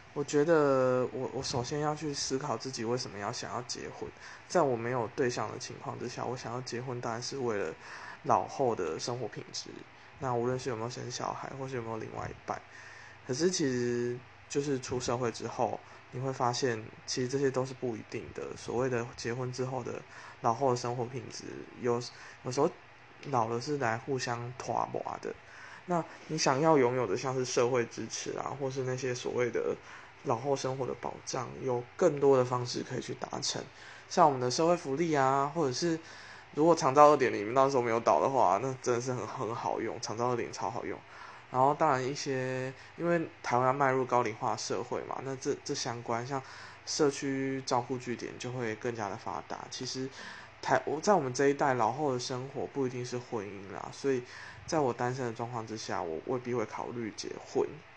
我觉得我首先要去思考自己为什么想要结婚。在我没有对象的情况之下，我想要结婚当然是为了老后的生活品质。那无论是有没有生小孩，或是有没有另外一半，可是其实就是出社会之后，你会发现其实这些都是不一定的。所谓的结婚之后的老后的生活品质，有时候老了是来互相拖磨的。那你想要拥有的像是社会支持啊，或是那些所谓的老后生活的保障，有更多的方式可以去达成。像我们的社会福利啊，或者是如果长照2.0到时候没有倒的话，那真的是很好用，长照2.0超好用。然后当然一些，因为台湾迈入高龄化社会嘛，那这相关像社区照顾据点就会更加的发达。其实在我们这一代老后的生活不一定是婚姻啦，所以在我单身的状况之下，我未必会考虑结婚。